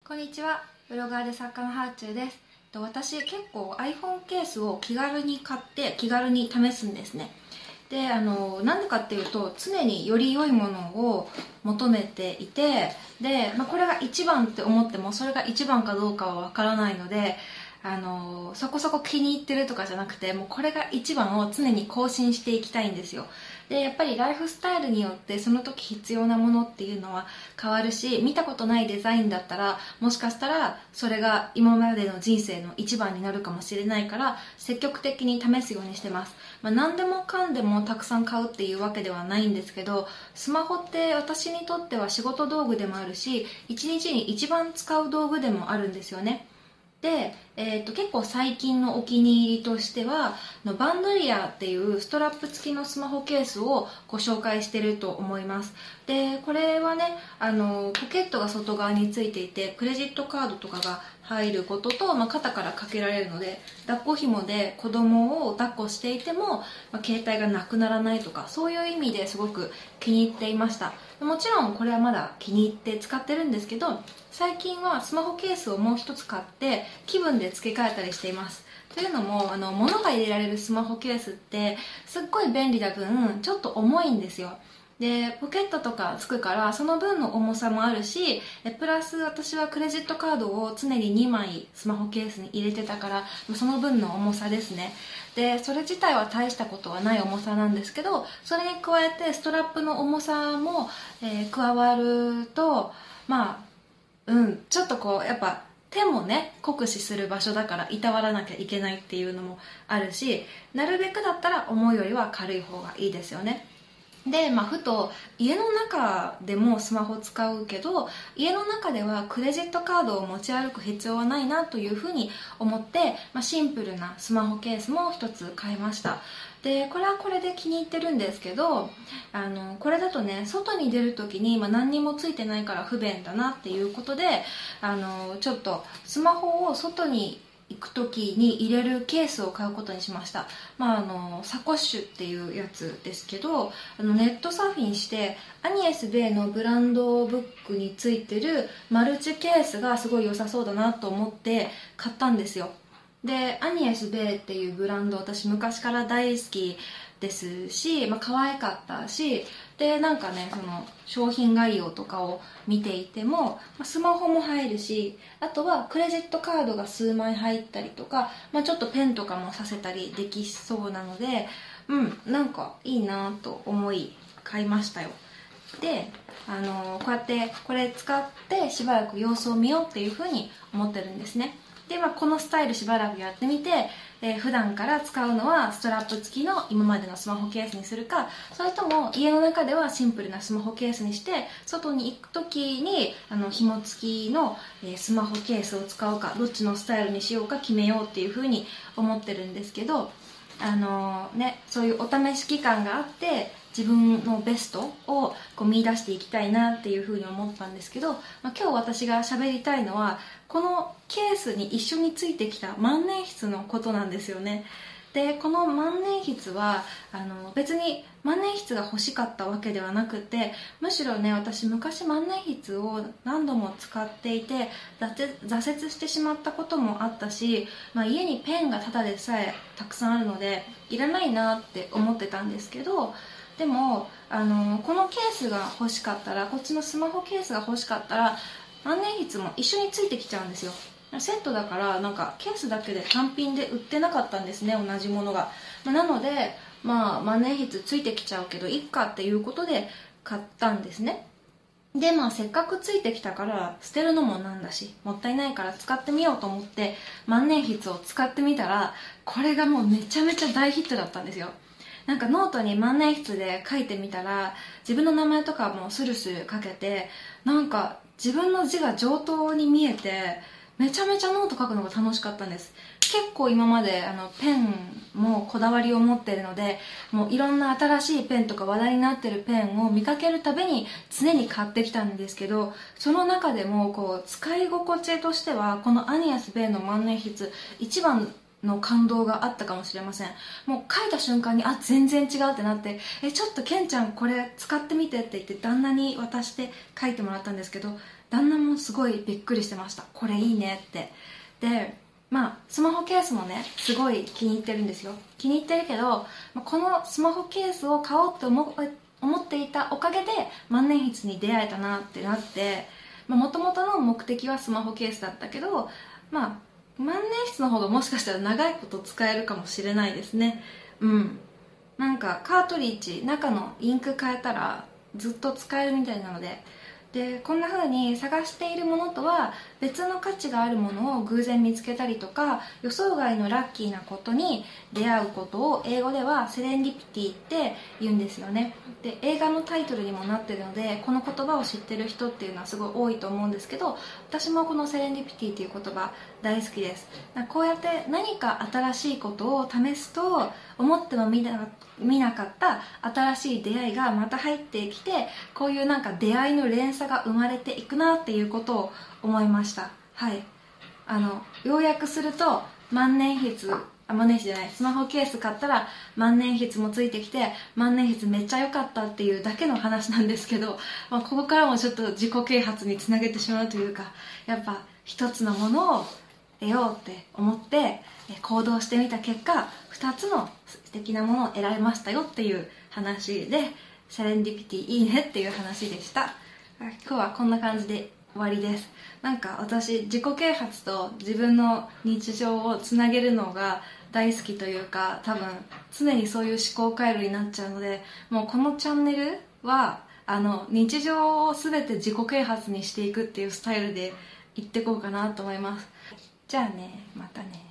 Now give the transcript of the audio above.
こんにちは、ブロガーで作家のハーチューです。私結構 iPhone ケースを気軽に買って気軽に試すんですね。で、なんでかっていうと、常により良いものを求めていて、で、これが一番って思ってもそれが一番かどうかはわからないので、そこそこ気に入ってるとかじゃなくて、もうこれが一番を常に更新していきたいんですよ。で、やっぱりライフスタイルによってその時必要なものっていうのは変わるし、見たことないデザインだったらもしかしたらそれが今までの人生の一番になるかもしれないから、積極的に試すようにしてます。何でもかんでもたくさん買うっていうわけではないんですけど、スマホって私にとっては仕事道具でもあるし、一日に一番使う道具でもあるんですよね。で、結構最近のお気に入りとしてはバンドリアっていうストラップ付きのスマホケースをご紹介してると思います。で、これはね、ポケットが外側についていてクレジットカードとかが入ることと、肩からかけられるので、抱っこ紐で子供を抱っこしていても、携帯がなくならないとか、そういう意味ですごく気に入っていました。もちろんこれはまだ気に入って使ってるんですけど、最近はスマホケースをもう一つ買って気分で付け替えたりしています。というのも、物が入れられるスマホケースってすっごい便利な分ちょっと重いんですよ。で、ポケットとかつくからその分の重さもあるし、プラス私はクレジットカードを常に2枚スマホケースに入れてたから、その分の重さですね。で、それ自体は大したことはない重さなんですけど、それに加えてストラップの重さも、加わると、ちょっとこうやっぱ手もね酷使する場所だからいたわらなきゃいけないっていうのもあるし、なるべくだったら重いよりは軽い方がいいですよね。で、ふと家の中でもスマホ使うけど、家の中ではクレジットカードを持ち歩く必要はないなというふうに思って、シンプルなスマホケースも一つ買いました。で、これはこれで気に入ってるんですけど、これだとね、外に出るときに、何にもついてないから不便だなっていうことで、ちょっとスマホを外に行く時に入れるケースを買うことにしました。サコッシュっていうやつですけど、ネットサーフィンしてアニエスベイのブランドブックについてるマルチケースがすごい良さそうだなと思って買ったんですよ。で、アニエスベイっていうブランド、私昔から大好きですし、可愛かったし、で、なんかね、その商品概要とかを見ていても、スマホも入るし、あとはクレジットカードが数枚入ったりとか、ちょっとペンとかもさせたりできそうなので、なんかいいなと思い買いましたよ。で、こうやってこれ使ってしばらく様子を見ようっていうふうに思ってるんですね。で、このスタイルしばらくやってみて、普段から使うのはストラップ付きの今までのスマホケースにするか、それとも家の中ではシンプルなスマホケースにして外に行く時に紐付きのスマホケースを使うか、どっちのスタイルにしようか決めようっていうふうに思ってるんですけど、そういうお試し期間があって自分のベストを見出していきたいなっていうふうに思ったんですけど、今日私が喋りたいのはこのケースに一緒についてきた万年筆のことなんですよね。で、この万年筆は別に万年筆が欲しかったわけではなくて、むしろね、私昔万年筆を何度も使っていて挫折してしまったこともあったし、家にペンがただでさえたくさんあるのでいらないなって思ってたんですけど、でもこのケースが欲しかったら、こっちのスマホケースが欲しかったら万年筆も一緒についてきちゃうんですよ。セットだから、なんかケースだけで単品で売ってなかったんですね、同じものが。なので万年筆ついてきちゃうけどいっかっていうことで買ったんですね。で、せっかくついてきたから捨てるのもなんだしもったいないから使ってみようと思って万年筆を使ってみたら、これがもうめちゃめちゃ大ヒットだったんですよ。なんかノートに万年筆で書いてみたら、自分の名前とかもスルスル書けて、なんか自分の字が上等に見えて、めちゃめちゃノート書くのが楽しかったんです。結構今までペンもこだわりを持っているので、もういろんな新しいペンとか話題になってるペンを見かけるたびに常に買ってきたんですけど、その中でも使い心地としてはこのアニエスベイの万年筆一番の感動があったかもしれません。もう書いた瞬間に全然違うってなって、ちょっとケンちゃんこれ使ってみてって言って旦那に渡して書いてもらったんですけど、 旦那もすごいびっくりしてました。これいいねって。で、スマホケースもね、すごい気に入ってるんですよ。気に入ってるけど、このスマホケースを買おうって思っていたおかげで万年筆に出会えたなってなって、もともとの目的はスマホケースだったけど、万年筆の方がもしかしたら長いこと使えるかもしれないですね。なんかカートリッジ、中のインク変えたらずっと使えるみたいなので、こんな風に探しているものとは別の価値があるものを偶然見つけたりとか、予想外のラッキーなことに出会うことを英語ではセレンディピティって言うんですよね。で、映画のタイトルにもなってるので、この言葉を知ってる人っていうのはすごい多いと思うんですけど、私もこのセレンディピティっていう言葉大好きです。こうやって何か新しいことを試すと、思っても見なかった新しい出会いがまた入ってきて、こういうなんか出会いの連鎖が生まれていくなっていうことを思いました。はい。要約すると、万年筆じゃない、スマホケース買ったら万年筆もついてきて、万年筆めっちゃ良かったっていうだけの話なんですけど、ここからもちょっと自己啓発につなげてしまうというか、やっぱ一つのものを得ようって思って行動してみた結果、2つの素敵なものを得られましたよっていう話で、セレンディピティいいねっていう話でした。今日はこんな感じで終わりです。なんか私、自己啓発と自分の日常をつなげるのが大好きというか、多分常にそういう思考回路になっちゃうので、もうこのチャンネルは日常を全て自己啓発にしていくっていうスタイルでいってこうかなと思います。じゃあね、またね。